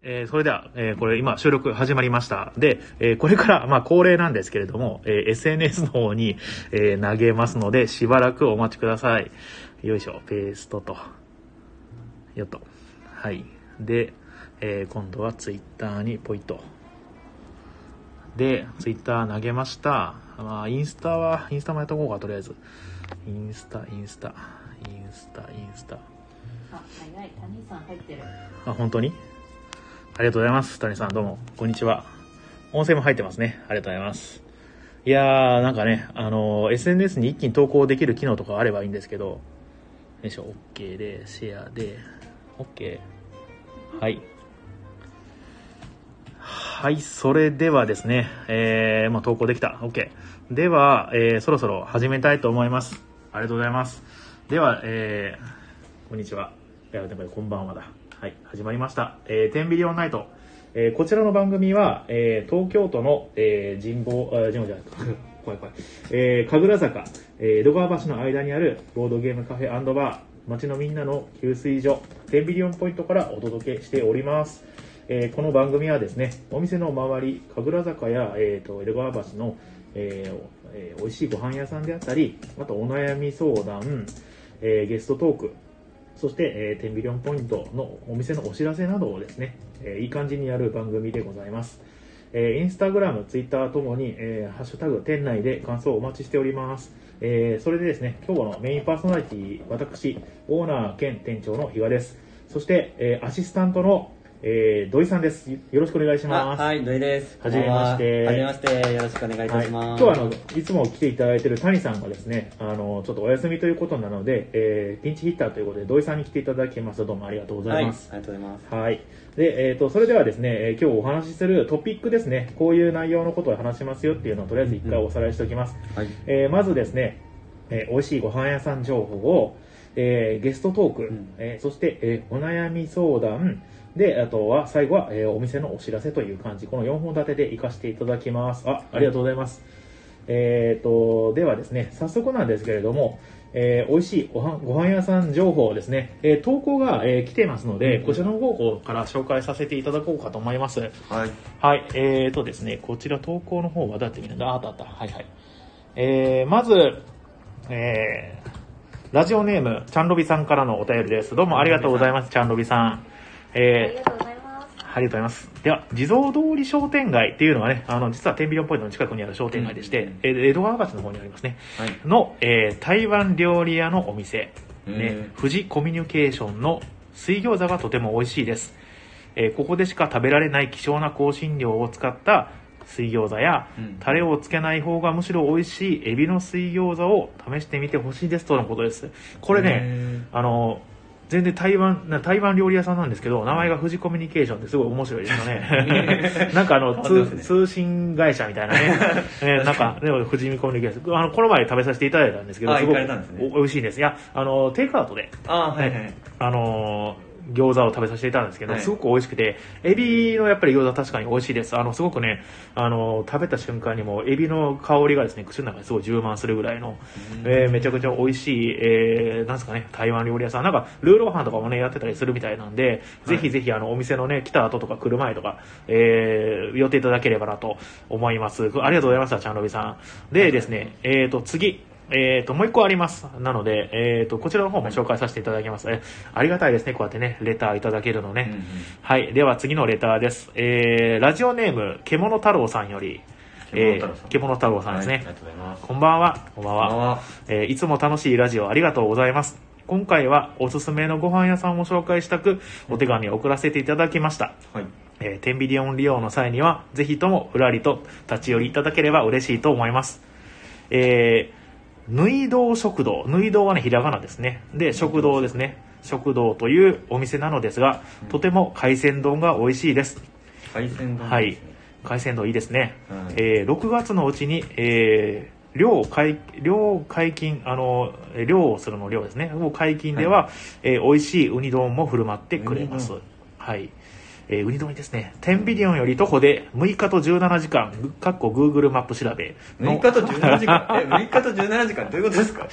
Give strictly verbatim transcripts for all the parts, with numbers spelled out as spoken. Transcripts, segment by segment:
えー、それでは、えー、これ今収録始まりました。で、えー、これからまあ恒例なんですけれども、えー、エスエヌエス の方に、えー、投げますので、しばらくお待ちください。よいしょ、ペーストと。よっと。はい。で、えー、今度は Twitter にポイッと。で、Twitter 投げました。まあ、インスタは、インスタもやっとこうか、とりあえず。インスタ、インスタ、インスタ、インスタ。 あ、早い。谷さん入ってる。 あ、本当に？ありがとうございます。谷さん、どうも、こんにちは。音声も入ってますね。ありがとうございます。いやー、なんかね、あのー、エスエヌエス に一気に投稿できる機能とかあればいいんですけど、よいしょ、OK で、シェアで、OK。はい。はい、それではですね、えー、まあ、投稿できた。OK。では、えー、そろそろ始めたいと思います。ありがとうございます。では、えー、こんにちは。いや、でもこんばんはだ。はい、始まりました。えー、テンビリオンナイト。えー、こちらの番組は、えー、東京都の、えー、神保、あ、神保じゃない、怖い怖い。えー、神楽坂、えー、江戸川橋の間にあるボードゲームカフェ&バー、街のみんなの給水所、テンビリオンポイントからお届けしております。えー、この番組はですね、お店の周り、神楽坂や、えー、と江戸川橋の、えーえー、美味しいご飯屋さんであったり、あとお悩み相談、えー、ゲストトーク、そして、えー、テンビリオンポイントのお店のお知らせなどをですね、えー、いい感じにやる番組でございます。えー、インスタグラム、ツイッターともに、えー、ハッシュタグ店内で感想をお待ちしております。えー、それでですね、今日のメインパーソナリティ、私、オーナー兼店長の比嘉です。そして、えー、アシスタントのえー、土井さんです。よろしくお願いします。 はい、土井です。 はじめまして。 はじめまして。よろしくお願いいたします。 はい、今日はあのいつも来ていただいている谷さんがですね、あのちょっとお休みということなので、えー、ピンチヒッターということで土井さんに来ていただきます。どうもありがとうございます。 はい、ありがとうございます。 はい。で、えっ、ー、とそれではですね、えー、今日お話しするトピックですね、こういう内容のことを話しますよっていうのをとりあえず一回おさらいしておきます。うん、はい。えー、まずですね、えー、美味しいご飯屋さん情報を、えー、ゲストトーク、うん、えー、そして、えー、お悩み相談。で、あとは、最後は、えー、お店のお知らせという感じ、このよんほん立てで行かせていただきます。あ、ありがとうございます。えーと、ではですね、早速なんですけれども、えー、美味しいごはん、ご飯屋さん情報ですね、えー、投稿が、えー、来ていますので、うん、こちらの方向から紹介させていただこうかと思います。はい。はい、えーとですね、こちら投稿の方はどうやって見るんだ？あったあった。はいはい。えー、まず、えー、ラジオネーム、ちゃんロビさんからのお便りです。どうもありがとうございます、ちゃんロビさん。 えー、ありがとうございます。 ありがとうございます。では、地蔵通り商店街っていうのはね、あの、実はテンビリオンポイントの近くにある商店街でして、うん、江戸川橋の方にありますね。はい、の、えー、台湾料理屋のお店、ね、富士コミュニケーションの水餃子がとても美味しいです。えー、ここでしか食べられない希少な香辛料を使った水餃子や、うん、タレをつけない方がむしろ美味しいエビの水餃子を試してみてほしいですとのことです。これね、あの、全然台湾、台湾料理屋さんなんですけど、名前が富士コミュニケーションってすごい面白いですよね。なんかあの、通、通信会社みたいなね。えなんか、でも富士コミュニケーション。あの、この前食べさせていただいたんですけど、すごく美味しいです。いや、あの、テイクアウトで。 あはいはい。 あの、餃子を食べさせていたんですけど、はい、すごく美味しくて、エビのやっぱり餃子は確かに美味しいです。あの、すごくね、あの、食べた瞬間にもエビの香りがですね、口の中にすごい充満するぐらいの、えー、めちゃくちゃ美味しい、えー、なんですかね、台湾料理屋さん。なんか、ルーローハンとかもね、やってたりするみたいなんで、はい、ぜひぜひあの、お店のね、来た後とか来る前とか、えー、寄っていただければなと思います。ありがとうございました、ちゃんロビさん。でですね、えーと、次。えっと、もう一個あります。なので、えっと、こちらの方も紹介させていただきます。え、ありがたいですね。こうやってね、レターいただけるのね。うんうん、はい。では次のレターです。えー、ラジオネーム、獣太郎さんより、えー、獣太郎さんですね、はい。ありがとうございます。こんばんは。こんばんは。こんばんは。えー、いつも楽しいラジオありがとうございます。今回はおすすめのご飯屋さんを紹介したく、お手紙を送らせていただきました。はい。えー、テンビリオン利用の際には、ぜひともふらりと立ち寄りいただければ嬉しいと思います。えー、ぬい堂食堂。ぬい堂はね、ひらがなですね。で、食堂ですね。食堂というお店なのですが、うん、とても海鮮丼が美味しいです。 海鮮丼、 はい。海鮮丼いいですね。はい、えー、ろくがつのうちに、えー、漁解、漁解禁、あの、漁をするの漁ですね。もう解禁では、はい、えー、美味しいウニ丼も振る舞ってくれます。はい。 えー、ウニ丼にですね、テンビリオンより徒歩でむいかとじゅうななじかん、かっこ Google マップ調べの。 むいかとじゅうななじかんえ、むいかとじゅうななじかんどういうことですか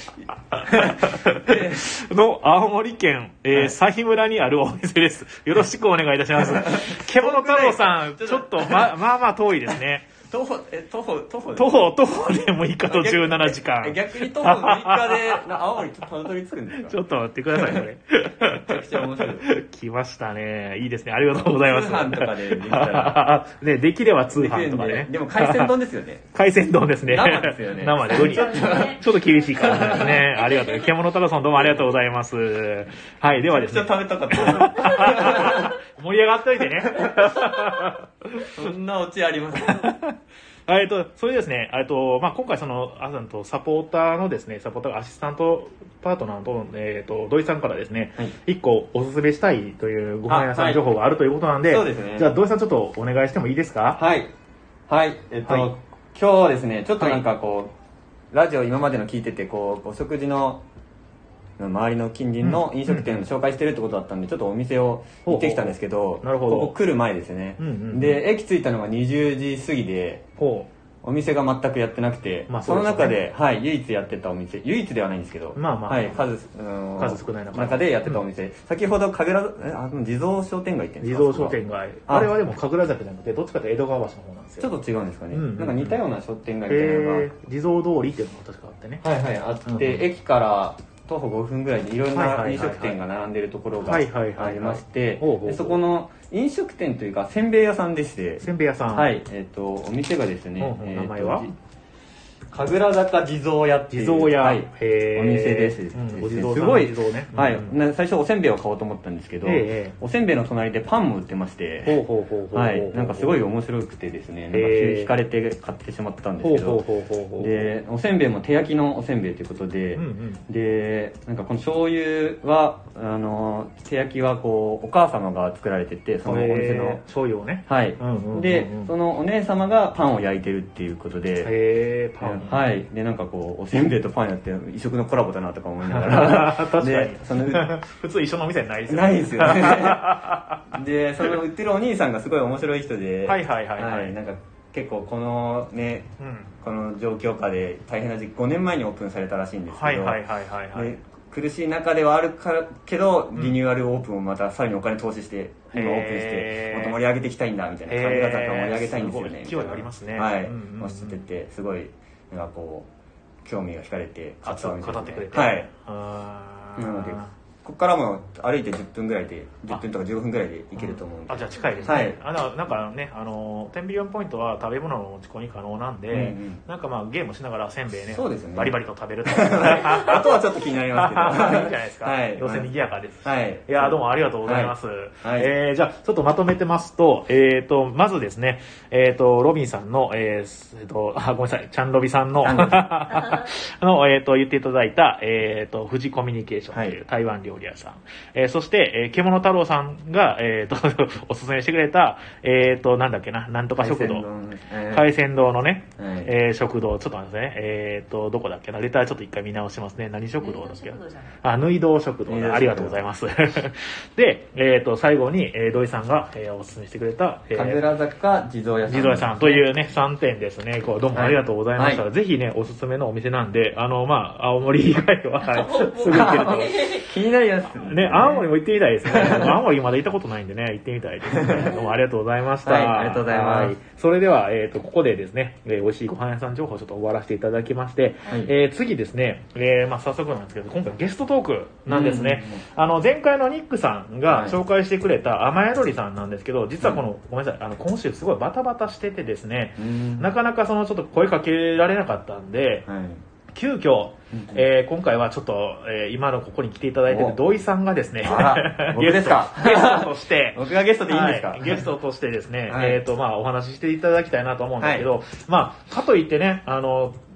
の青森県、えー、佐日村にあるお店です。よろしくお願いいたします。獣太郎さん、ちょっと、ま、まあまあ遠いですね。 徒歩、え、徒歩、徒歩徒歩、徒歩でむいかとじゅうななじかん。 逆に徒歩むいかで、青森たどり着くんですか？ ちょっと待ってください、これ。 めちゃくちゃ面白い。 来ましたね。いいですね。ありがとうございます。 通販とかでできたら。 ね、できれば通販とかでね。 でも海鮮丼ですよね。 海鮮丼ですね。 生ですよね。 生でウニ。ちょっと厳しいかもしれないですね。ありがとう。獣太郎さんどうもありがとうございます。はい、ではですね。 めっちゃ食べたかった。 盛り上がっといてね。 そんなオチあります。 えっと、それですね、えっと、まあ、今回その、あとサポーターのですね、サポーターアシスタントパートナーと、えっと、土井さんからですね、はい、いっこおすすめしたいというご飯屋さん情報があるということなんで、 そうですね。 じゃあ土井さんちょっとお願いしてもいいですか？ はい。はい。えっと、はい、今日ですね、ちょっとなんかこう、はい、ラジオ今までの聞いてて、こう、お食事の、周りの近隣の飲食店を紹介してるってことだったんで、ちょっとお店を行ってきたんですけど、 なるほど。 ここ来る前ですね。うんうんうん、で、駅着いたのがにじゅうじ過ぎで、ほうお店が全くやってなくて、まあ そ, ね、その中で、はい、唯一やってたお店、唯一ではないんですけど、 まあまあ、 はい、数、 うん、数少ない中 で, 中でやってたお店、うん、先ほど神楽、え、あの地蔵商店街って言うんですか？ 地蔵商店街。あれはでも神楽坂じゃなくて、どっちかというと江戸川橋の方なんですよ。 ちょっと違うんですかね。 うんうんうん、 なんか似たような商店街みたいなのが、 えー、地蔵通りっていうのが確かあってね。 はいはい、あって、うんうん、駅から徒歩ごふんぐらいでいろんな飲食店が並んでるところがありまして、そこの飲食店というか、せんべい屋さんでして、 せんべい屋さん。 はい、えっと、お店がですね、 ほうほう、名前は神楽坂地蔵屋っていう地蔵屋、 はい、お店です。 うん、お地蔵すごい、 ね、 はい、最初おせんべいを買おうと思ったんですけど、おせんべいの隣でパンも売ってまして、 ほうほうほうほう、 はい、なんかすごい面白くてですね、なんか惹かれて買ってしまったんですけど、で、おせんべいも手焼きのおせんべいということで、うんうん、で、なんかこの醤油は、あの、手焼きはこう、お母様が作られてて、そのお店の醤油をね。 はい、うんうんうん。で、そのお姉様がパンを焼いてるっていうことで、 へー、パン。 はい。で、なんかこう、おせんべいとパンやって異色のコラボだなとか思いながら。 確かに。その普通一緒のお店ないですよね。ないですよね。で、その売ってるお兄さんがすごい面白い人で、 はいはいはい、はい。 はい。なんか結構このね、うん、この状況下で大変な時期、ごねんまえにオープンされたらしいんですけど、 はいはいはいはい、はい。 苦しい中ではあるからけど、リニューアルオープンをまたさらにお金投資して、今オープンして、もっと盛り上げていきたいんだみたいな、神楽坂を盛り上げたいんですよね。 勢いありますね。 はい。おっしゃってて、すごい、なんかこう、興味が惹かれて熱く語ってくれて、 はい、なのでここからも歩いてじゅっぷんぐらいでじゅっぷんとかじゅうごふんぐらいで行けると思うんで、 あ、じゃあ近いですね、はい、あのなんかね、あのテンビリオンポイントは食べ物の持ち込み可能なんで、うんうん、なんかまあゲームしながらせんべいね、そうですね、バリバリと食べるとあとはちょっと気になりますけどいいんじゃないですか、はい、どうせ賑やかですし、はい、いやどうもありがとうございます、はいはい、えー、じゃあちょっとまとめてますと、えーとまずですね、えーとロビンさんの、えーえー、とあごめんなさい、チャンロビさんのの、えー、と言っていただいた、えー、と富士コミュニケーションという台湾料理屋さん、はい、えー、そして、えー、獣太郎さんが、えー、とおすすめしてくれた、えー、となんだっけな、なんとか食堂、海鮮堂のね、はい、えー、食堂、ちょっと待ってね、えー、とどこだっけな、レターちょっと一回見直しますね。何食堂だっけ、あ、縫い堂食堂だ、ありがとうございますで、えー、と最後に、えー、土井さんが、えー、おすすめしてくれた、 えー、神楽坂地蔵屋さん、 地蔵屋さんというねさんてんですね。こうどうもありがとうございました、はい、ぜひねおすすめのお店なんで、あのまあ青森以外は、はい、すぐ行けると気になりますね。青森も行ってみたいですね。青森まだ行ったことないんでね、行ってみたいですね。どうもありがとうございました。 はい、ありがとうございます。はい、 それでは、えっと、ここでですね、えー、美味しいご飯屋さん情報をちょっと終わらせていただきまして、はい、えー、次ですね、えー、まあ早速なんですけど、今回ゲストトークなんですね。あの、前回のニックさんが紹介してくれた甘宿りさんなんですけど、実はこの、ごめんなさい、あの、今週すごいバタバタしててですね、なかなかそのちょっと声かけられなかったんで、はい、急遽、えー、今回はちょっと、えー、今のここに来ていただいている土井さんがですね、 僕ですかゲストとして、 僕がゲストでいいんですか、 はい、ゲストとしてですね、はい、えっ、ー、と、まあ、お話ししていただきたいなと思うんですけど、はい、まあ、かといってね、あの、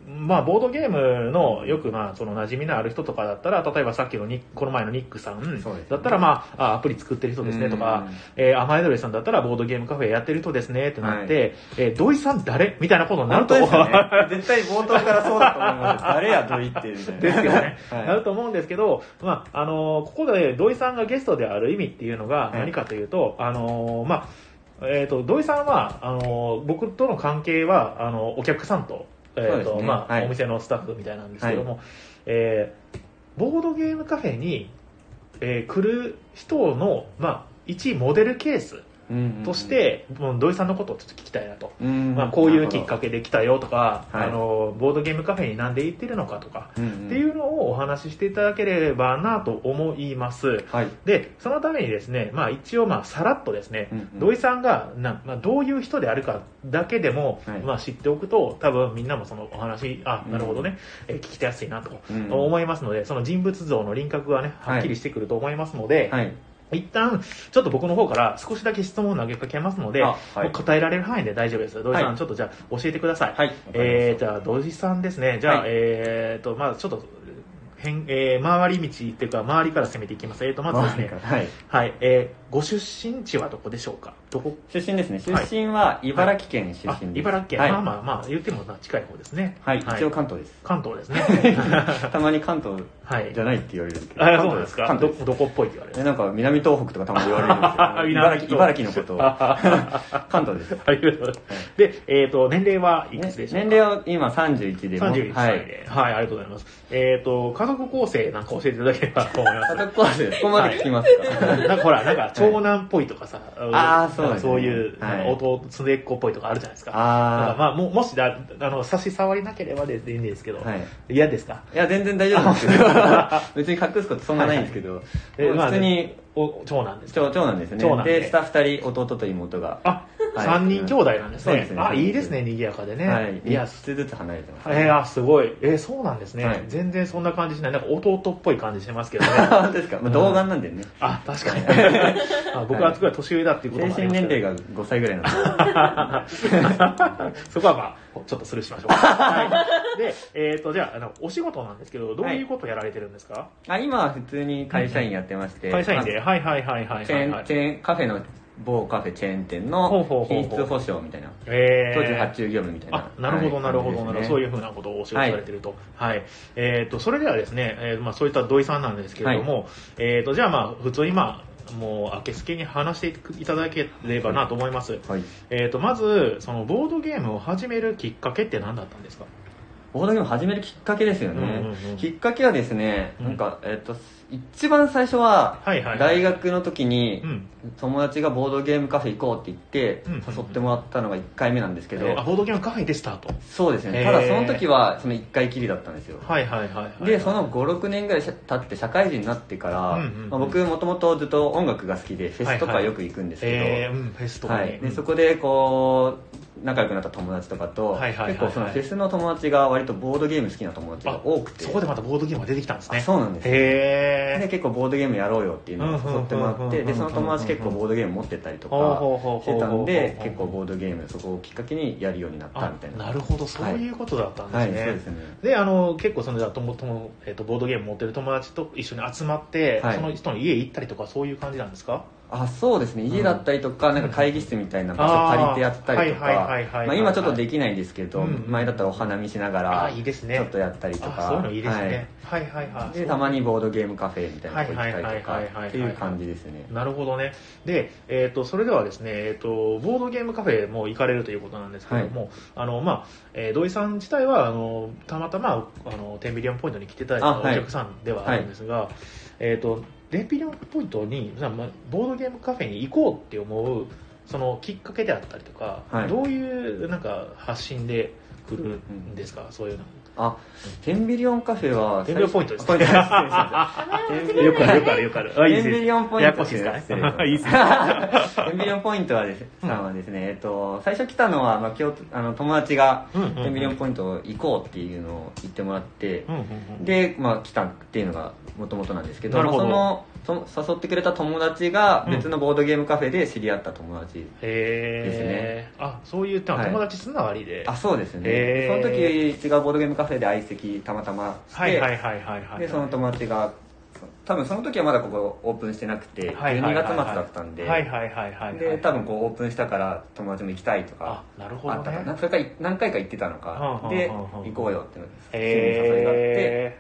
まあ、ボードゲームのよくまあその馴染みのある人とかだったら、例えばさっきのニこの前のニックさんだったら、まあ、あアプリ作ってる人ですねとか、えー、アマエドレさんだったらボードゲームカフェやってる人ですねってなって、はい、えー、土井さん誰みたいなことになると、 ね、絶対冒頭からそうだと思います。誰や土井ってみたいな。 ですよね、はい。なると思うんですけど、まあ、あのー、ここで土井さんがゲストである意味っていうのが何かというと、はい、あのー、まあ、えっと、土井さんは、あのー、僕との関係は、あの、お客さんと、えーと、ね、まあ、はい、お店のスタッフみたいなんですけども、はい、えー、ボードゲームカフェに、えー、来る人の、まあ、一モデルケースとして、うんうん、土井さんのことをちょっと聞きたいなと、うん、まあ、こういうきっかけで来たよとか、あのボードゲームカフェになんで行ってるのかとか、うんうん、っていうのをお話ししていただければなと思います、はい、でそのためにですね、まあ、一応まあさらっとですね、うんうん、土井さんがな、まあ、どういう人であるかだけでも、はい、まあ、知っておくと多分みんなもそのお話あなるほどね、うん、え聞きやすいなと思いますので、その人物像の輪郭がねはっきりしてくると思いますので、はいはい、一旦ちょっと僕の方から少しだけ質問を投げかけますので、はい、答えられる範囲で大丈夫です。土井さん、はい、ちょっとじゃあ教えてください。はい、えー、じゃあ土井さんですね。じゃあ、はい、えーとまずちょっと変、えー、回り道っていうか周りから攻めていきます。えーとまずですね、はい、はい、えー、ご出身地はどこでしょうか。どこ？ 出身ですね。出身は茨城県出身です。はい、 茨城県、はい、まあまあまあ言っても近い方ですね。 はい、一応関東です。 関東ですね。 たまに関東じゃないって言われるんですけど。 あ、そうですか。どどこっぽいって言われる。 なんか南東北とかたまに言われるんですよ。茨城茨城のことを。関東です。 はい。で、えっと年齢はいくつでしょうか。 年齢は今さんじゅういちで。 さんじゅういち歳で。はい、ありがとうございます。えっと家族構成なんか教えていただければと思います。 家族構成ここまで聞きますか。 なんかほらなんか長男っぽいとかさ。 ああそうですね。 そういう弟末っ子っぽいとかあるじゃないですか。ああ。まあももしだあの差し障りなければでいいんですけど。嫌ですか。 いや全然大丈夫ですけど。別に隠すことそんなないんですけど。普通に長男です。 長男ですね。で下ふたり弟と妹が。 あ。三人兄弟なんですね。そうですね。あ、いいですね、賑やかでね。 はい。いや、つずつ離れてます。 えー、あ、すごい。えー、そうなんですね。全然そんな感じしない。なんか弟っぽい感じしますけどね。 本当ですか。まあ、童顔なんでね。 あ、確かに。僕はすごい年上だっていうこともあります。 精神年齢がごさいぐらいなんで。 そこはまあ、ちょっとスルーしましょう。はい。で、えっと、じゃあ、あの、お仕事なんですけど、どういうことをやられてるんですか？ あ、今は普通に会社員やってまして。 会社員で、はいはいはいはい。 チェーン、チェーン、カフェの某カフェチェーン店の品質保証みたいな、 え当時発注業務みたいな。 あ、なるほどなるほどなるほど、そういうふうなことをお仕事されてると。はい。えっと、それではですね、えー、まあそういった土井さんなんですけれども、えっと、じゃあまあ普通にまあ、もう、あけすけに話していただければなと思います。はい。えっと、まず、そのボードゲームを始めるきっかけって何だったんですか？ ボードゲームを始めるきっかけですよね。うんうんうん、きっかけはですね、なんか、えっと、一番最初は、大学の時に、友達がボードゲームカフェ行こうって言って、誘ってもらったのがいっかいめなんですけど。 あ、ボードゲームカフェでスタート？ そうですね。ただその時は、そのいっかいきりだったんですよ。 はいはいはい。 で、そのご、ろくねんぐらい経って社会人になってから、僕もともとずっと音楽が好きで、フェスとかよく行くんですけど、フェスとかで、そこでこう、仲良くなった友達とかと、結構そのフェスの友達が割とボードゲーム好きな友達が多くて、 そこでまたボードゲームが出てきたんですね。 そうなんです。へー。で結構ボードゲームやろうよっていうのを誘ってもらって、でその友達結構ボードゲーム持ってたりとかしてたんで、結構ボードゲームそこをきっかけにやるようになったみたいな。 なるほど、そういうことだったんですね。 はい、そうですね。 で、あの結構そのじゃあともともえっとボードゲーム持ってる友達と一緒に集まって、その人の家行ったりとかそういう感じなんですか？ あ、そうですね。家だったりとか、うん、なんか会議室みたいな場所借りてやったりとか、今ちょっとできないんですけど、うん、前だったらお花見しながら、ちょっとやったりとか、 そういうのいいですね。はいはいはいはい。 で、たまにボードゲームカフェみたいなとこ行ったりとか、っていう感じですね。 なるほどね。で、えっと、それではですね、えっと、ボードゲームカフェも行かれるということなんですけども、はい、あの、まあ、えー、土井さん自体は、あの、たまたま、あの、テンビリオンポイントに来ていただいたお客さんではあるんですが、はい、えっと、テンビリオンポイントにボードゲームカフェに行こうって思うそのきっかけであったりとか、はい、どういうなんか発信で来るんですか、うん、そういうのあ、テンビリオンカフェはテンビリオンポイントです。 ポイントです。 よくあるよくあるよくある。 テンビリオンポイントですかね。 いいですね。テンビリオンポイントはですね、さんはですね、えっと最初来たのはまあ今日あの友達がテンビリオンポイント行こうっていうのを言ってもらって、でまあ来たっていうのがもともとなんですけど、その誘ってくれた友達が別のボードゲームカフェで知り合った友達ですね。 へー、あ、そういう友達つながりで。 あ、そうですね。その時違うボードゲームカフェで相席たまたまして、でその友達が多分その時はまだここオープンしてなくてじゅうにがつ末だったんで、で多分こうオープンしたから友達も行きたいとかあったかな、それから何回か行ってたのかで行こうよっていうので誘いがあって。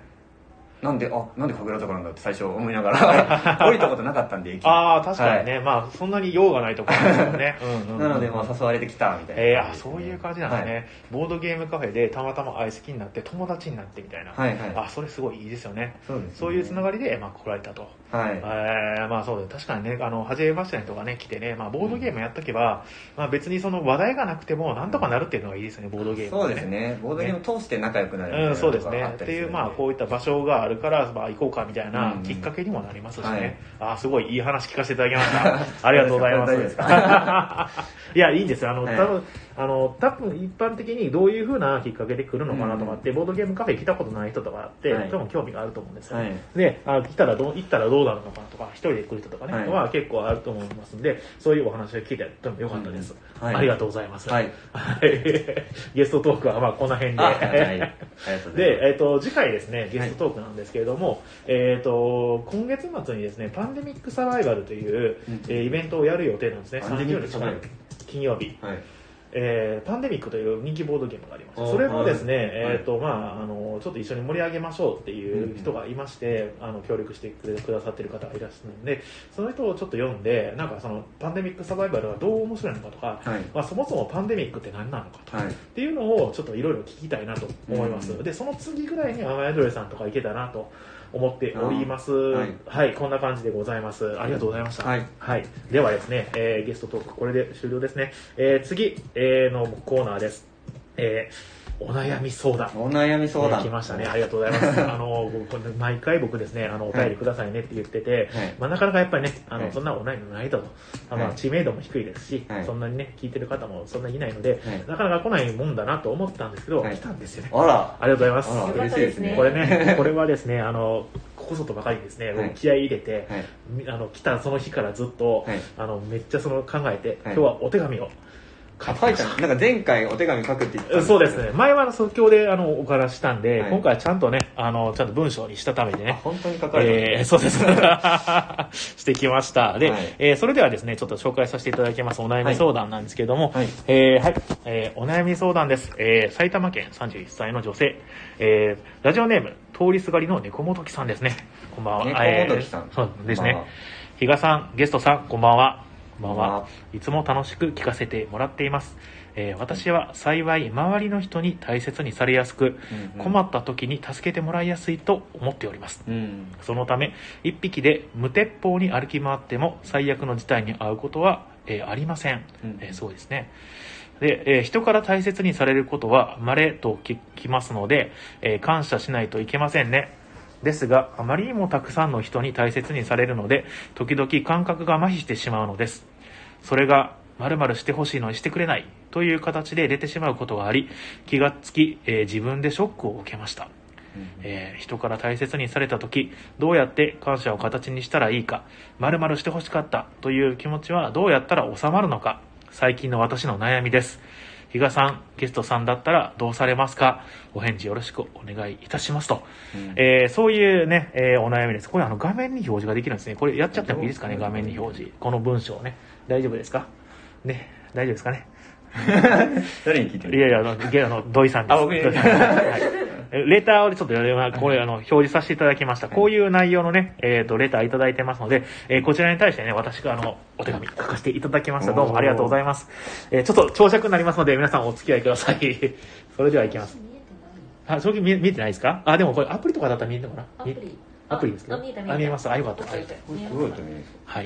なんで、あ、なんで神楽坂なんだって最初思いながら降りたことなかったんで、駅。 ああ、確かにね、はい、まあそんなに用がないところですよね。 なのでまあ誘われてきたみたいな。 えー、あ、そういう感じなんですね、はい。ボードゲームカフェでたまたま相席になって友達になってみたいな。はいはい、あ、それすごいいいですよね。そうですね。そういうつながりでまあ来られたと。はい。えー、まあそうです。確かにね、あの初めましての人がね来てね、まあボードゲームやっとけば、まあ別にその話題がなくてもなんとかなるっていうのがいいですね、ボードゲーム、ね。 そうですね。ボードゲーム通して仲良くなるみたいな、 ね。うん、そうですね。っていうまあこういった場所があるからまあ行こうかみたいなきっかけにもなりますしね、うん、はい、あ、すごいいい話聞かせていただきましたありがとうございますいや、いいんですよ。あの、はい、多分あの多分一般的にどういう風なきっかけで来るのかなとかって、うん、ボードゲームカフェ来たことない人とかあって、はい、多分興味があると思うんですよ、はい、で、あ、来たらどう行ったらどうなるのかなとか一人で来る人とかね、はい、は結構あると思いますんで、そういうお話を聞いてとても良かったです、うん、はい、ありがとうございます、はい、ゲストトークはまあこの辺で、はい、で、えーと、次回ですねゲストトークなんですけれども、はい、えーと今月末にですねパンデミックサバイバルという、うん、えー、イベントをやる予定なんですね。さんじゅうにち金曜日、はい、えー、パンデミックという人気ボードゲームがありまして、それもですね、はい、えーとまあ、あのちょっと一緒に盛り上げましょうっていう人がいまして、うん、あの協力してくださっている方がいらっしゃるので、その人をちょっと読んで、なんかそのパンデミックサバイバルはどう面白いのかとか、はい、まあ、そもそもパンデミックって何なのかとか、はい、っていうのをちょっといろいろ聞きたいなと思います、うん、でその次ぐらいにアマヤドレさんとか行けたなと思っております、はい、はい、こんな感じでございます。ありがとうございました、はいはい、ではですね、えー、ゲストトークこれで終了ですね、えー、次、えー、のコーナーです、えーお悩み相談。 お悩み相談。 来ましたね。ありがとうございます。あの、毎回僕ですね、あの、お便りくださいねって言ってて、はい、まあなかなかやっぱりね、あの、はい、そんなお悩みないと。はい、まあ知名度も低いですし、はい、そんなにね、聞いてる方もそんなにいないので、はい、なかなか来ないもんだなと思ったんですけど、はい、来たんですよね。 あら。 ありがとうございます。 あら、嬉しいですね。 これね、これはですね、あの、ここぞとばかりですね、はい、気合い入れて、はい、あの、来たその日からずっと、はい、あの、めっちゃその考えて、今日はお手紙を、 書いたなんか前回お手紙書くって言ってたんです。 そうですね。前は即興であのおからしたんで、はい、今回はちゃんとね、あのちゃんと文章にしたためてね。 本当に書かれて、 えー、そうです。してきました。で、はい、えー、それではですね、ちょっと紹介させていただきますお悩み相談なんですけれども、はい、えー、はい、えー、お悩み相談です。えー、埼玉県さんじゅういっさいの女性、えー、ラジオネーム通りすがりの猫もどきさんですね。こんばんは。 猫もどきさん。 えー、そうですね。比嘉さん、ゲストさん、こんばんは。こんばんは。いつも楽しく聞かせてもらっています。えー、私は幸い周りの人に大切にされやすく、うんうん、困った時に助けてもらいやすいと思っております、うん、そのため一匹で無鉄砲に歩き回っても最悪の事態に遭うことは、えー、ありません、うんえー、そうですね。で、えー、人から大切にされることは稀と聞きますので、えー、感謝しないといけませんね。ですがあまりにもたくさんの人に大切にされるので時々感覚が麻痺してしまうのです。それが〇〇してほしいのにしてくれないという形で出てしまうことがあり、気がつき、えー、自分でショックを受けました、うんえー、人から大切にされた時どうやって感謝を形にしたらいいか、〇〇してほしかったという気持ちはどうやったら収まるのか、最近の私の悩みです。比嘉さん、ゲストさんだったらどうされますか？お返事よろしくお願いいたしますと、うんえー、そういうね、えー、お悩みです。これあの画面に表示ができるんですね。これやっちゃってもいいですかね、画面に表示。この文章ね。大丈夫ですかね、大丈夫ですかね誰に聞いてる？ いやいや、あの、あの土井さんです。あ、僕に、はい、レターをちょっとこれあの表示させていただきました。こういう内容のね、えっとレターいただいてますので、えー、こちらに対してね、私があのお手紙書かせていただきました。どうもありがとうございます。えー、ちょっと長尺になりますので皆さんお付き合いください。それではいきます。あ、正直見えてないですか？あ、でもこれアプリとかだったら見えるのかな？アプリ。アプリですけど。あ、見えた見えた。あ、見えます。あ、よかった。はい。 あ、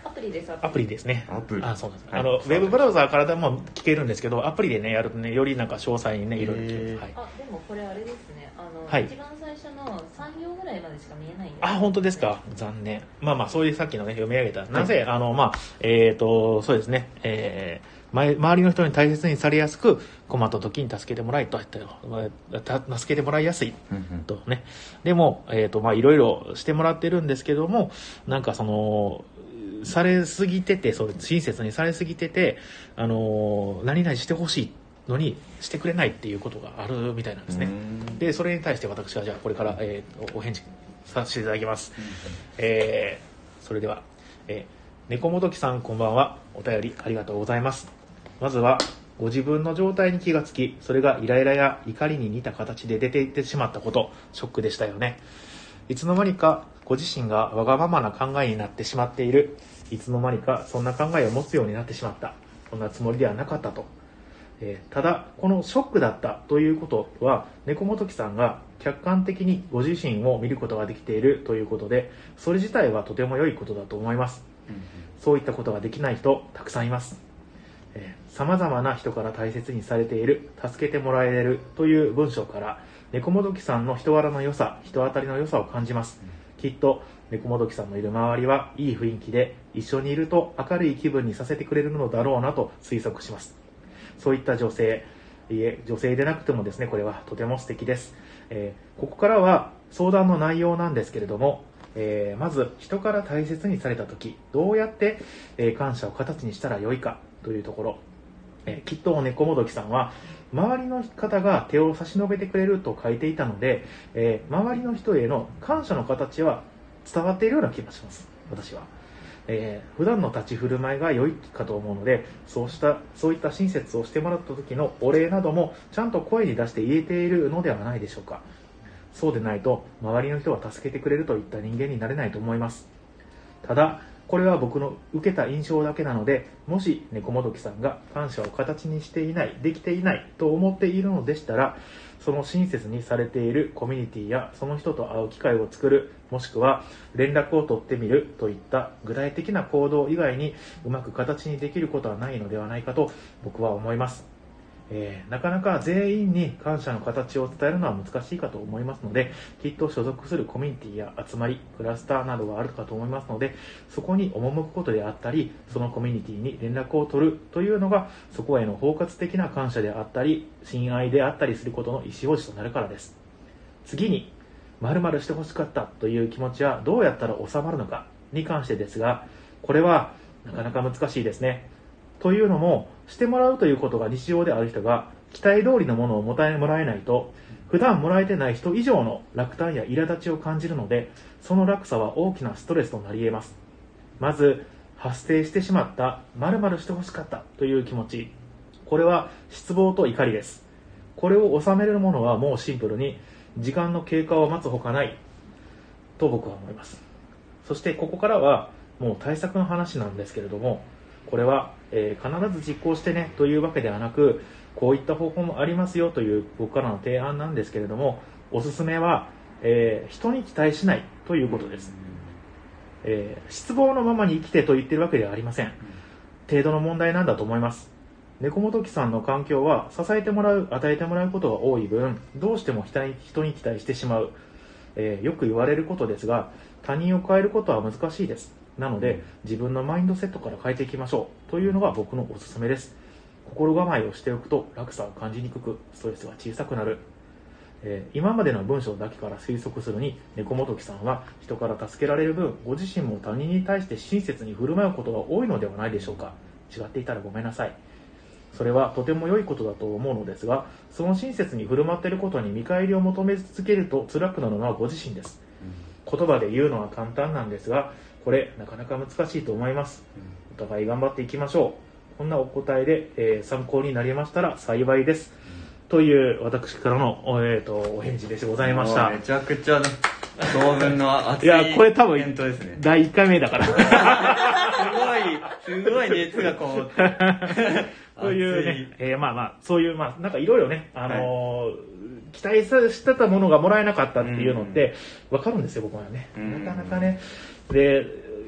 アプリです。 アプリですね。 アプリ。 あ、そうなんです。はい、あのウェブブラウザーからでも聞けるんですけど、アプリでねやるとねよりなんか詳細にねいろいろ聞ける。はい。 あ、でもこれあれですね。あの、 はい、 一番最初のさん行ぐらいまでしか見えないんです、ね。 あ、本当ですか。残念。まあまあそういうさっきのね読み上げた。なぜ、はい、あのまあえっ、ー、とそうですね。えー周りの人に大切にされやすく困った時に助けてもらいと助けてもらいやすいとね。でもえっ、とまあいろいろしてもらってるんですけども、なんかそのされすぎてて、そう親切にされすぎてて、あの何々してほしいのにしてくれないっていうことがあるみたいなんですね。でそれに対して私はじゃあこれから、えー、お返事させていただきます。えー、それでは、えー、猫もどきさんこんばんは。お便りありがとうございます。まずはご自分の状態に気がつき、それがイライラや怒りに似た形で出ていってしまったこと、ショックでしたよね。いつの間にかご自身がわがままな考えになってしまっている。いつの間にかそんな考えを持つようになってしまった。そんなつもりではなかったと。えー、ただこのショックだったということは、猫もときさんが客観的にご自身を見ることができているということで、それ自体はとても良いことだと思います。うんうん、そういったことができない人たくさんいます。さまざまな人から大切にされている、助けてもらえるという文章から猫もどきさんの人柄の良さ、人当たりの良さを感じます。きっと猫もどきさんのいる周りはいい雰囲気で、一緒にいると明るい気分にさせてくれるのだろうなと推測します。そういった女性、いえ女性でなくてもですね、これはとても素敵です。えー、ここからは相談の内容なんですけれども、えー、まず人から大切にされた時、どうやって、えー、感謝を形にしたらよいかというところ、えー、きっと猫もどきさんは周りの方が手を差し伸べてくれると書いていたので、えー、周りの人への感謝の形は伝わっているような気がします。私は、えー、普段の立ち振る舞いが良いかと思うので、そうしたそういった親切をしてもらった時のお礼などもちゃんと声に出して言えているのではないでしょうか。そうでないと周りの人は助けてくれるといった人間になれないと思います。ただこれは僕の受けた印象だけなので、もし猫もどきさんが感謝を形にしていない、できていないと思っているのでしたら、その親切にされているコミュニティやその人と会う機会を作る、もしくは連絡を取ってみるといった具体的な行動以外にうまく形にできることはないのではないかと僕は思います。えー、なかなか全員に感謝の形を伝えるのは難しいかと思いますので、きっと所属するコミュニティや集まり、クラスターなどがあるかと思いますので、そこに赴くことであったり、そのコミュニティに連絡を取るというのが、そこへの包括的な感謝であったり、親愛であったりすることの意思表示となるからです。次に、〇〇してほしかったという気持ちはどうやったら収まるのかに関してですが、これはなかなか難しいですね。というのも、してもらうということが日常である人が期待通りのものをもらえないと、普段もらえてない人以上の落胆や苛立ちを感じるので、その落差は大きなストレスとなり得ます。まず発生してしまった〇〇してほしかったという気持ち、これは失望と怒りです。これを収めれるものはもうシンプルに時間の経過を待つほかないと僕は思います。そしてここからはもう対策の話なんですけれども、これは、えー、必ず実行してねというわけではなく、こういった方法もありますよという僕からの提案なんですけれども、おすすめは、えー、人に期待しないということです。えー、失望のままに生きてと言ってるわけではありません。程度の問題なんだと思います。猫もどきさんの環境は支えてもらう、与えてもらうことが多い分、どうしても人に期待してしまう、えー、よく言われることですが、他人を変えることは難しいです。なので自分のマインドセットから変えていきましょうというのが僕のおすすめです。心構えをしておくと落差を感じにくく、ストレスが小さくなる。えー、今までの文章だけから推測するに、猫もどきさんは人から助けられる分、ご自身も他人に対して親切に振る舞うことが多いのではないでしょうか。違っていたらごめんなさい。それはとても良いことだと思うのですが、その親切に振る舞っていることに見返りを求め続けると辛くなるのはご自身です。言葉で言うのは簡単なんですが、これなかなか難しいと思います。お互い頑張っていきましょう。こんなお答えで、えー、参考になりましたら幸いです。という私からの、えー、とお返事でございました。 めちゃくちゃ長文の熱いいやこれ多分コメントですね。 だいいっかいめだからすごいすごい熱がこもってというね、えー、まあまあそういうまあなんかいろいろね、あのーはい、期待してたものがもらえなかったっていうのって分かるんですよ、僕はね。なかなかね。で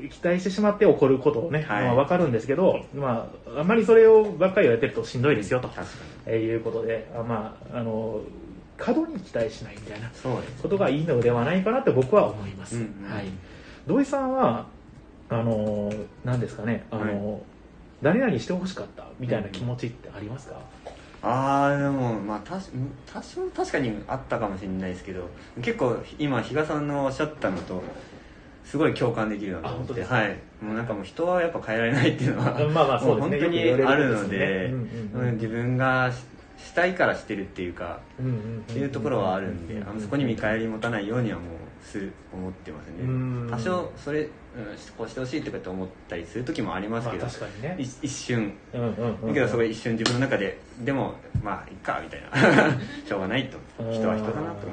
期待してしまって起こることをね、 はい、 まあ、分かるんですけど、まあ、あんまりそれをばっかりやってるとしんどいですよと、えー、いうことで、あ、まあ、あの過度に期待しないみたいなことがいいのではないかなって僕は思います。うんうん、はい、土井さんはあの何ですかね、あの、はい、誰々してほしかったみたいな気持ちってありますか？ うん、ああでもまあたし多少確かにあったかもしれないですけど、結構今比嘉さんのおっしゃったのとすごい共感できるなと思って、はい、もうなんかもう人はやっだ変えられないっていうのはまあまあそうですね、本当にあるので、自分がしたいからしてるっていうか、っていうところはあるんで、あのそこに見返り持たないようにはもうする思ってますね。多少それ、うん、こうしてほしいとかって思ったりする時もありますけど、まあ確かにね、一瞬、うんうんうんうん、だけどそこ一瞬自分の中ででもまあいっかみたいなしょうがないと、人は人だなと思います。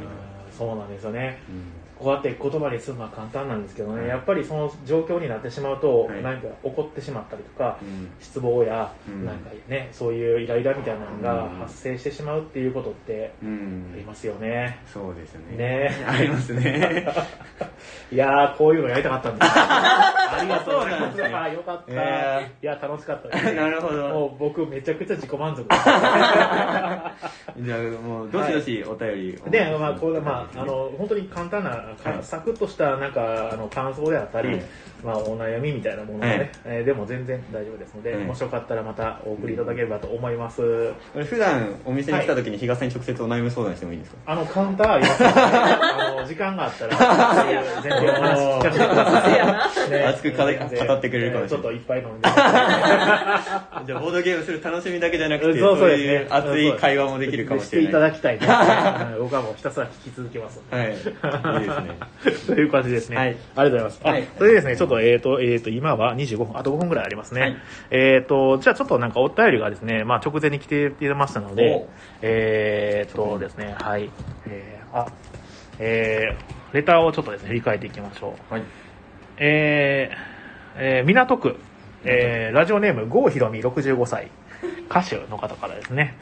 そうなんですよね、うん、こうやって言葉にするのは簡単なんですけどね、はい、やっぱりその状況になってしまうと、はい、何か怒ってしまったりとか、うん、失望や、うん、なんかね、そういうイライラみたいなのが発生してしまうっていうことってありますよね。 うん、そうですね。 ね、 ありますね。 いやー、こういうのやりたかったんです。ありがとうございます。あ、よかった。えー、いや、楽しかったです、ね。 なるほど。 もう僕めちゃくちゃ自己満足です。 じゃあもうどしどしお便り、はい、 で、まあこれまああの本当に簡単な、はい、サクッとしたなんかあの感想であったり、はい、まあお悩みみたいなものね、はい、えー、でも全然大丈夫ですので、はい、もしよかったらまたお送りいただければと思います。 普段お店に来た時に比嘉さんに直接お悩み相談してもいいですか？ あのカウンターありますので、あの時間があったら全然お話聞かせてください。ね、 熱く語ってくれるかもしれない。 ちょっといっぱい飲んで。じゃあボードゲームする楽しみだけじゃなくて、そういう熱い会話もできるかもしれない。 していただきたいね。僕はもうひたすら聞き続けます。はい。いいですね。という感じですね。はい。ありがとうございます。はい。それでですね、ちょっとえっとえっと今はにじゅうごふん、あとごふんぐらいありますね。はい、えっとじゃあちょっとなんかお便りがですね、まあ直前に来ていましたので、えっとですね、はい。えー、あ、えー、レターをちょっとですね振り返っていきましょう。はい。えー、えー、港区、えー、ラジオネーム郷ひろみろくじゅうごさい。歌手の方からですね。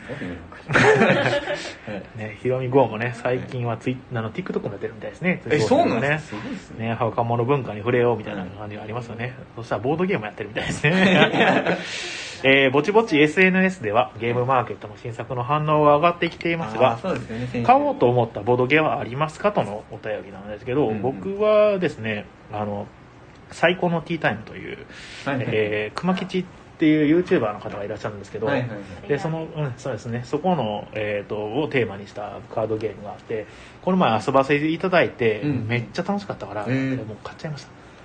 ね、ひろみ郷もね、最近はツイあの TikTok もやってるみたいですね。 え、そうなんですね。ね、若者文化に触れようみたいな感じがありますよね。そしたらボードゲームやってるみたいですね。えー、ぼちぼち エスエヌエス ではゲームマーケットの新作の反応は上がってきていますが、ね、買おうと思ったボードゲームはありますかとのお便りなんですけど、うんうん、僕はですね、あの最高のティータイムという、はいはい、えー、熊吉っていう YouTuber の方がいらっしゃるんですけど、はいはいはい、でその、うん、そうですね、そこの、えー、とをテーマにしたカードゲームがあって、この前遊ばせていただいて、うん、めっちゃ楽しかったから、えー、もう買っちゃいました。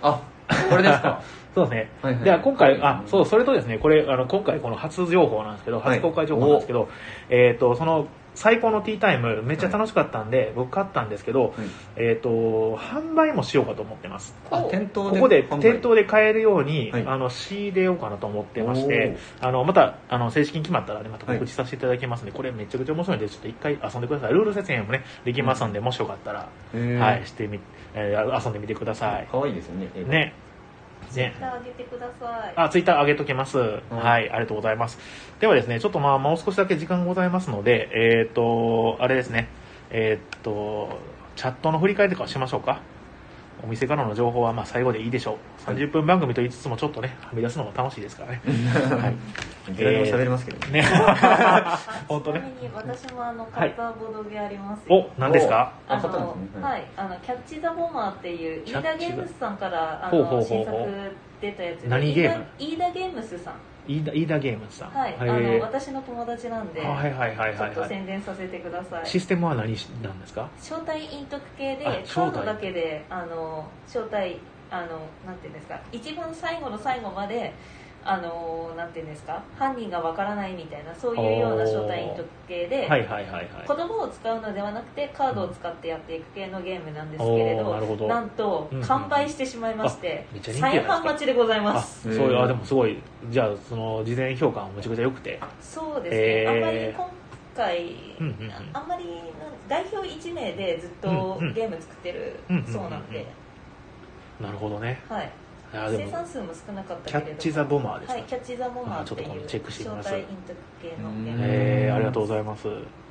あ、これですか？ そうですね。はいはい、では今回、あ、そう、それとですね、これあの今回この初情報なんですけど、初公開情報なんですけど、はい、えっ、ー、とその最高のティータイムめっちゃ楽しかったんで、はい、僕買ったんですけど、はい、えっ、ー、と販売もしようかと思ってます。 あ、店頭でここで店頭で買えるように、はい、あの仕入れようかなと思ってまして、あのまたあの正式に決まったらねまた告知させていただきますので、はい、これめちゃくちゃ面白いんでちょっと一回遊んでください。ルール説明もねできますんで、うん、もしよかったら、はいしてみ、えー、遊んでみてください。 可愛いですよね。 ね。 ツイッター上げてください。 あ、ツイッター上げときます、うん。はい、ありがとうございます。ではですね、ちょっとまあもう少しだけ時間ございますので、えっ、ー、とあれですね、えっ、ー、とチャットの振り返りとかしましょうか。お店からの情報はまあ最後でいいでしょう。さんじゅっぷん番組と言いつつもちょっとねはみ出すのも楽しいですからね。はい。 いくらでも喋れますけどね。 本当ね。ちなみに私もあの買ったボードゲーありますよ。お、何ですか？ あのはい、あのキャッチザボマーっていう飯田ゲームスさんからあの新作出たやつで。 何ゲーム？ 飯田ゲームスさん。 飯田、飯田ゲームズさん。 はい、あの私の友達なんで、 はいはいはいはい、 ちょっと宣伝させてください。 システムは何なんですか？ 招待陰徳系でカードだけであの招待あのなんていうんですか、一番最後の最後まであのなんていうんですか、犯人がわからないみたいなそういうような招待陰徳系で、はいはいはいはい、言葉を使うのではなくてカードを使ってやっていく系のゲームなんですけれど、なるほど、なんと、うんうん、完売してしまいまして、再販待ちでございます。 あ、そういう、あ、でもすごい、じゃあその事前評価もめちゃくちゃ良くて、 そうですね、えー、あんまり今回、うんうんうん、あんまり代表いち名でずっとゲーム作ってるそうなんで、 なるほどね、 はい、生産数も少なかったけれども、 キャッチザボマーですか？ はい、キャッチザボマーっていうちょっとチェックしてみます。 招待イント系のゲーム。 えー、ありがとうございます。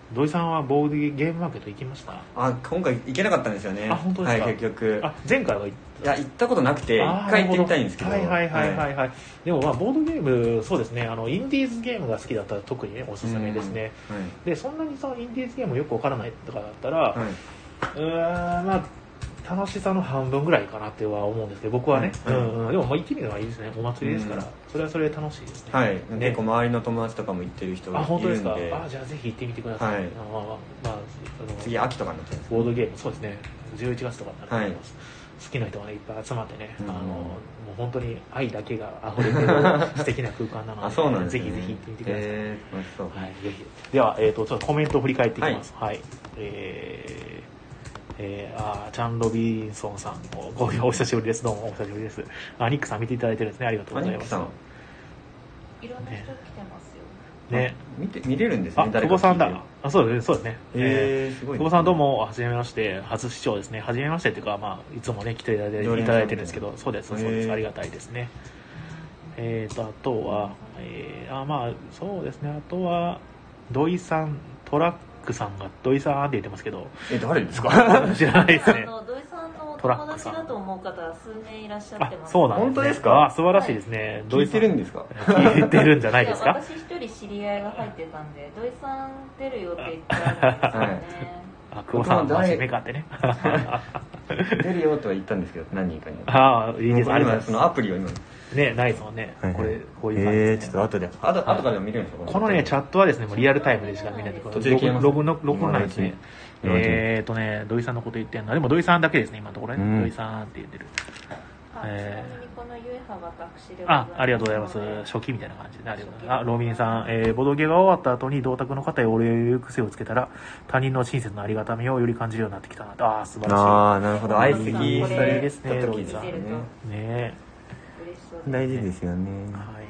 土井さんはボードゲームマーケット行きました？ あ、今回行けなかったんですよね。 あ、本当ですか？ はい、結局。 あ、前回は行った？ いや、行ったことなくて一回行ってみたいんですけど。 はいはいはいはい、はい、でもまあボードゲーム、そうですね、あのインディーズゲームが好きだったら特にねおすすめですね、はい、でそんなにそのインディーズゲームよくわからないとかだったら、はい、うーん、まあ楽しさの半分ぐらいかなっては思うんですけど、僕はね、はい、うんうん、でもまあ行ってみるのはいいですね。お祭りですから、うん、それはそれで楽しいですね。はい、ね、 結構周りの友達とかも行ってる人がいるんで。あ、本当ですか？ あ、じゃあぜひ行ってみてください。はい、あまあ、まあ、あの次秋とかになっちゃうんですか？ ボードゲーム、そうですね、じゅういちがつとかになると思います、はい、好きな人が、ね、いっぱい集まってね、うん、あのもう本当に愛だけが溢れてる素敵な空間なので、あ、そうなんですね、ぜひぜひ行ってみてください。えー、楽しそう。はい、ぜひ。では、えーと、ちょっとコメントを振り返っていきます。はい、はい、えーえー、あチャン・ロビンソンさんお、ごお久しぶりです。どうもお久しぶりです。あ、ニックさん見ていただいてるんですね。ありがとうございます。いろんな人来てますよね。 見て見れるんですね。 あ、久保さんだ。あ、そうですね、そうですね。 えー、すごい、ね。 久保さんどうもはじめまして、初視聴ですね。はじめましてっていうか、まあいつもね来ていただいていただいてるんですけど、そうですそうです、ありがたいですね。えーとあとは、えー、あまあそうですね、あとは土井さん、トラックさんが土井さんって言ってますけど、 え、誰ですか？ 知らないですね。 あの土井さんのお友達だと思う方は数名いらっしゃってます。 そうなんですね。 本当ですか？ あ、素晴らしいですね。 はい、土井さん聞いてるんですか？ 聞いてるんじゃないですか？ 私一人知り合いが入ってたんで、土井さん出るよって言ってあるんですよね。はい、 あ、久保さん真面目かってね。 出るよとは言ったんですけど、何人かに。 ああ、いいです。 今そのアプリを今。 ね、ないですもんね。はいはい、これ、こういう感じです、ね。えー、ちょっと後で、あと、後からでも見れるんですか？ このね、チャットはですね、もうリアルタイムでしか見ないで、途中でログの、ログないですね。えーとね、土井さんのこと言ってんの。でも土井さんだけですね、今のところね。うん、土井さんって言ってる。 あ、えー、ちなみにこのゆえは私であ、ありがとうございます。初期みたいな感じで、ね、ありがとうございます。あ、ロビンさん、えー、ボドゲが終わった後に同卓の方へお礼を言う癖をつけたら、他人の親切のありがたみをより感じるようになってきたなと。あー、素晴らしい。 あー、なるほど。相席されですね、ロビンさん。 ね。 ね大事ですよね。 はい。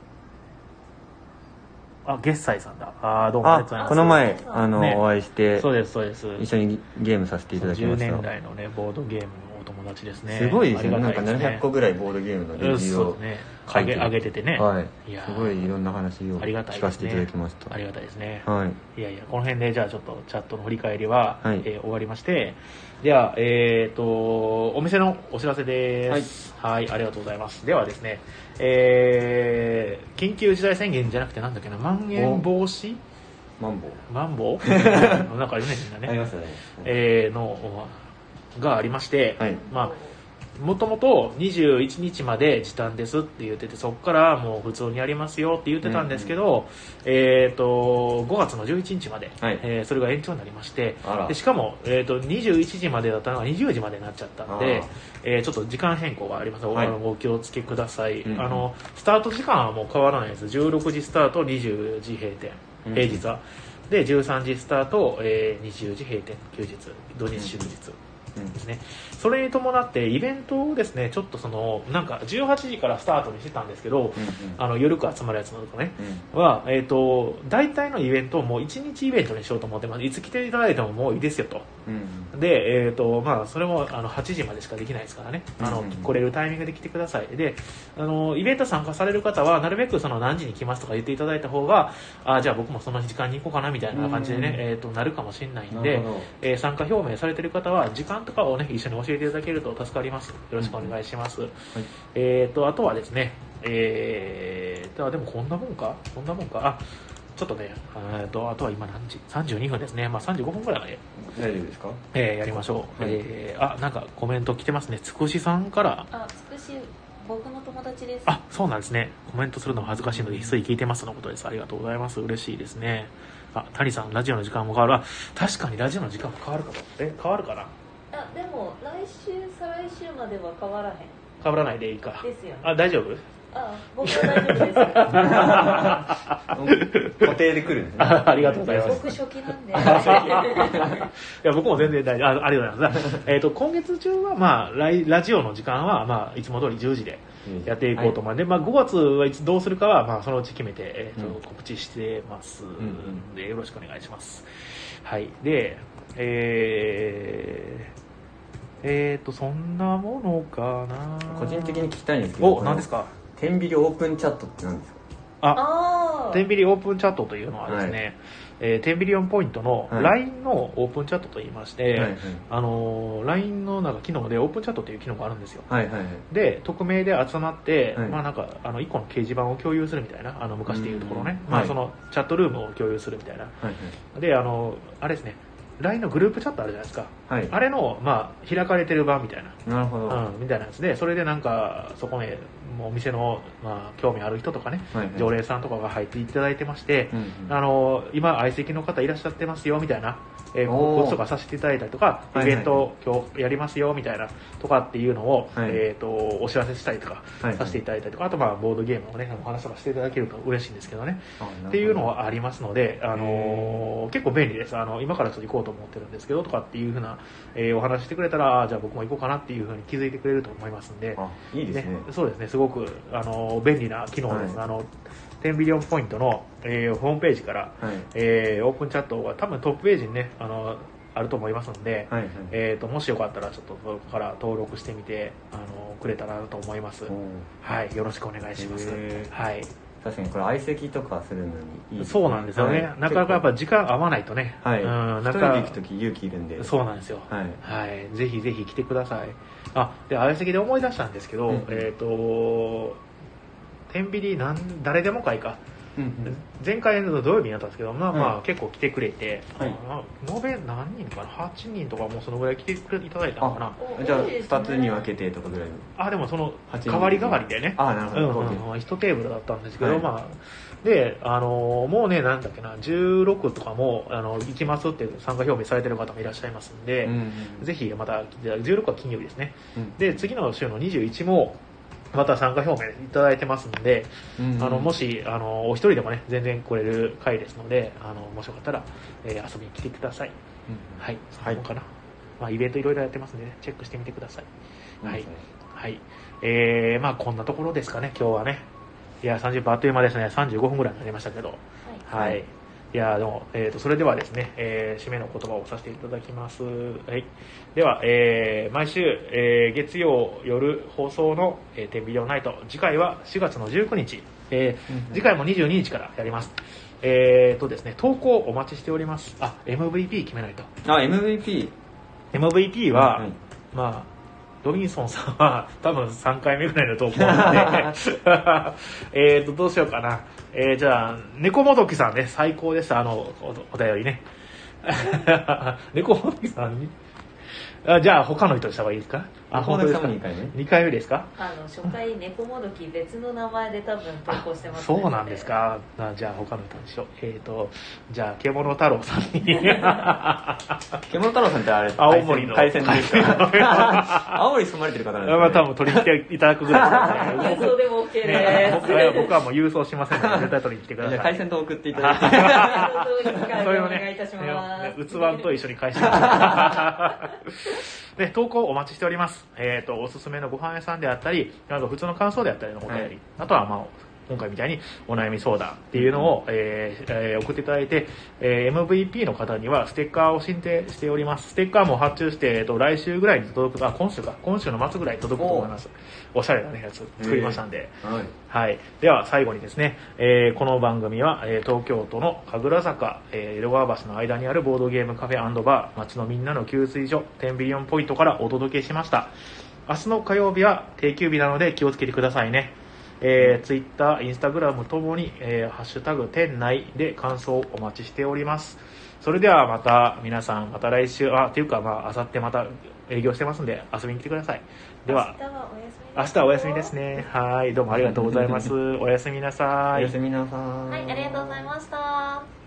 あ、月斎さんだ。あ、どうもありがとうございます。 この前あの、ね、お会いして、 そうですそうです。 一緒にゲームさせていただきました。 じゅうねんだいのねボードゲームのお友達ですね。 すごいですね。なんかななひゃっこぐらいボードゲームのレビューを書いてあげててね。 はい。いやすごいいろんな話を聞かせていただきました。 ありがたいですね。 はい。 いやいやこの辺でじゃあちょっとチャットの振り返りは、はい、えー、終わりまして、ではえっ、ー、とお店のお知らせです。はい、はい、ありがとうございます。ではですね、えー、緊急事態宣言じゃなくてなんだっけな、まん延防止。 マンボウマンボウなんかあるね、みんなね。 ありますよね。 えー、の、がありまして、はい、まあ、もともとにじゅういちにちまで時短ですって言ってて、そこからもう普通にやりますよって言ってたんですけど、うんうん、えっと、ごがつのじゅういちにちまで、はい、えー、それが延長になりまして、でしかも、えーと、にじゅういちじまでだったのがにじゅうじまでになっちゃったんで、えー、ちょっと時間変更があります。はい、お気をつけください、うんうん。あの、スタート時間はもう変わらないです。じゅうろくじスタート、にじゅうじ閉店、平日は。で、じゅうさんじスタート、えー、にじゅうじ閉店、休日、土日祝日。ですね、それに伴ってイベントをですねちょっとそのなんかじゅうはちじからスタートにしてたんですけど、うんうん、あの夜から集まるやつのとかね、うん、は、えーと、大体のイベントをもういちにちイベントにしようと思ってます。いつ来ていただいてももういいですよと、うんうん、で、えーとまあ、それもあのはちじまでしかできないですからね、あの、うんうん、来れるタイミングで来てください。であのイベント参加される方はなるべくその何時に来ますとか言っていただいた方があじゃあ僕もその時間に行こうかなみたいな感じでね、うんうん、えーとなるかもしれないんで、えー、参加表明されてる方は時間とかをね一緒に教えていただけると助かります。よろしくお願いします。うんはい、えーとあとはですね、えー、でもこんなもんかこんなもんかあちょっとね、えーとあとは今何時さんじゅうにふんですね。まあさんじゅうごふんぐらいまで大丈夫ですか？ えー、やりましょう。はい、えー、あなんかコメント来てますね。つくしさんからあつくし僕の友達です。 あそうなんですね。コメントするのが恥ずかしいので一斉聞いてますのことです。ありがとうございます。嬉しいですね。あ谷さんラジオの時間も変わる。あ確かにラジオの時間も変わるかも。え変わるかな。 あでも来週再来週までは変わらへん。 変わらないでいいか。 ですよね。 あ大丈夫？ あ僕は大丈夫です。 固定で来るんですね。 あ, ありがとうございます。 僕初期なんで。いや僕も全然大丈夫。 あ, ありがとうございます。えっと今月中はまあララジオの時間はまあいつも通りじゅうじでやっていこうと思うんで、はい、まあごがつはいつどうするかはまあそのうち決めて、えー、と告知してますんでよろしくお願いします。はいでえーえーとそんなものかな。 個人的に聞きたいんですけど、 お何ですか？ 天秤オープンチャットって何ですか？ あテンビリオープンチャットというのはですね、はい、えー、テンビリオンポイントの ライン のオープンチャットといいまして、はいはい、あのー、ライン のなんか機能でオープンチャットという機能があるんですよ、はいはいはい、で匿名で集まって、はい、まあ、なんかあのいっこの掲示板を共有するみたいな、あの昔でいうところね、まあ、そのチャットルームを共有するみたいな、はいはい、であのあれですね、ライン のグループチャットあるじゃないですか、はい、あれの、まあ、開かれてる版みたいな、なるほど、うん、みたいなやつで、それでなんかそこへもうお店の、まあ、興味ある人とかね、はいはい、常連さんとかが入っていただいてまして、うんうん、あの今相席の方いらっしゃってますよみたいな、えー、告知とかさせていただいたりとか、イベント今日やりますよみたいなとかっていうのを、はい、えー、とお知らせしたりとかさせていただいたりとか、はいはい、あとまあボードゲームをねお話とかしていただけると嬉しいんですけどねっていうのはありますので、あのー、結構便利です。あの今からちょっと行こうと思ってるんですけどとかっていうふうな、えー、お話してくれたら、じゃあ僕も行こうかなっていうふうに気づいてくれると思いますんで、 あ、いいですね。 そうですね、すごくあの便利な機能です。はい、あのテンビリオンポイントの、えー、ホームページから、はい、えー、オープンチャットが多分トップページにね、あのあると思いますので、はいはい、えー、ともしよかったらちょっとそこから登録してみてあのくれたらなと思います。はい、よろしくお願いします。はい。 確かにこれ相席とかするのにいいですね。 そうなんですよね、はい、なかなかやっぱ時間合わないとね、はい、うん、 一人で行くとき勇気いるんで。 そうなんですよ、はいはい、ぜひぜひ来てください。あで相席で思い出したんですけど、うん、えっ、ー、と天秤なん誰でも会か、うんうん、前回の土曜日になったんですけど、まあまあ結構来てくれて、はい、延べ何人かな、はちにんとかもうそのぐらい来てくれいただいたのかな。 じゃあふたつに分けてとかぐらい。 あでもその代わり代わりでね、あなるほど、うんうん、いちテーブルだったんですけど、はい、まあであのもうねなんだっけなじゅうろくとかもあの行きますって参加表明されてる方もいらっしゃいますんで、うんうん、ぜひまたじゅうろくは金曜日ですね、うん、で次の週のにじゅういちもまた参加表明いただいてますので、うんうん、あのもしあのお一人でもね全然来れる回ですので、あのもしよかったら、えー、遊びに来てください、うん、はい、そんなもんかな、まあ、イベントいろいろやってますんでねチェックしてみてください、うん、はい、はい、えー、まあこんなところですかね今日はね。いやさんじゅっぷんあっという間ですね。さんじゅうごふんぐらいになりましたけど、はい、はい、いやでも、えー、とそれではですね、えー、締めの言葉をさせていただきます。はい、では、えー、毎週、えー、月曜夜放送の、えー、テンビリオンナイト、次回はしがつのじゅうくにち、えーうん、次回もにじゅうににちからやります。えーとですね、投稿お待ちしております。あ エムブイピー 決めないと。 あ エムブイピーエムブイピー は、うんうん、まあロビンソンさんは多分さんかいめぐらいの投稿なのでえっとどうしようかな、えー、じゃあ猫もどきさんね、最高でした、あの お, お便りね猫もどきさんにあじゃあ他の人にした方がいいですか。あ本当ですか。にかいめにかいめですか。 あの初回猫もどき別の名前で多分投稿してます、 ね、そうなんですか。あじゃあ他の人にしよう。えっ、ー、とじゃあ獣太郎さんに獣太郎さんってあれ青森の海鮮ですか青森に住まれてる方なんですか、ね、 まあ多分取りに来ていただくぐらいですね郵送でも OK です、 僕はもう郵送しませんので絶対取りに来てください。 じゃあ海鮮と送っていただいてそれをねお願いいたします。 器と一緒に返しましょうで投稿お待ちしております。えっ、ー、とおすすめのご飯屋さんであったり、あと普通の感想であったりのお便り、はい、あとはまあ今回みたいにお悩み相談っていうのを、うんえーえー、送っていただいて、えー、エムブイピー の方にはステッカーを申請しております。ステッカーも発注して、えー、と来週ぐらいに届く、あ今週か今週の末ぐらいに届くと思います。おしゃれな、ね、やつ作りましたんで、はいはい、では最後にですね、えー、この番組は、えー、東京都の神楽坂、えー、江戸川橋の間にあるボードゲームカフェ&バー街のみんなの給水所テンビリオンポイントからお届けしました。明日の火曜日は定休日なので気をつけてくださいね。えー、ツイッター、インスタグラムともに、えー、ハッシュタグ店内で感想をお待ちしております。それではまた皆さんまた来週あっていうかまあ明後日また営業してますんで遊びに来てください。では明日はお休みですね。はいどうもありがとうございますおやすみなさい。 おやすみなさい。 はいありがとうございました。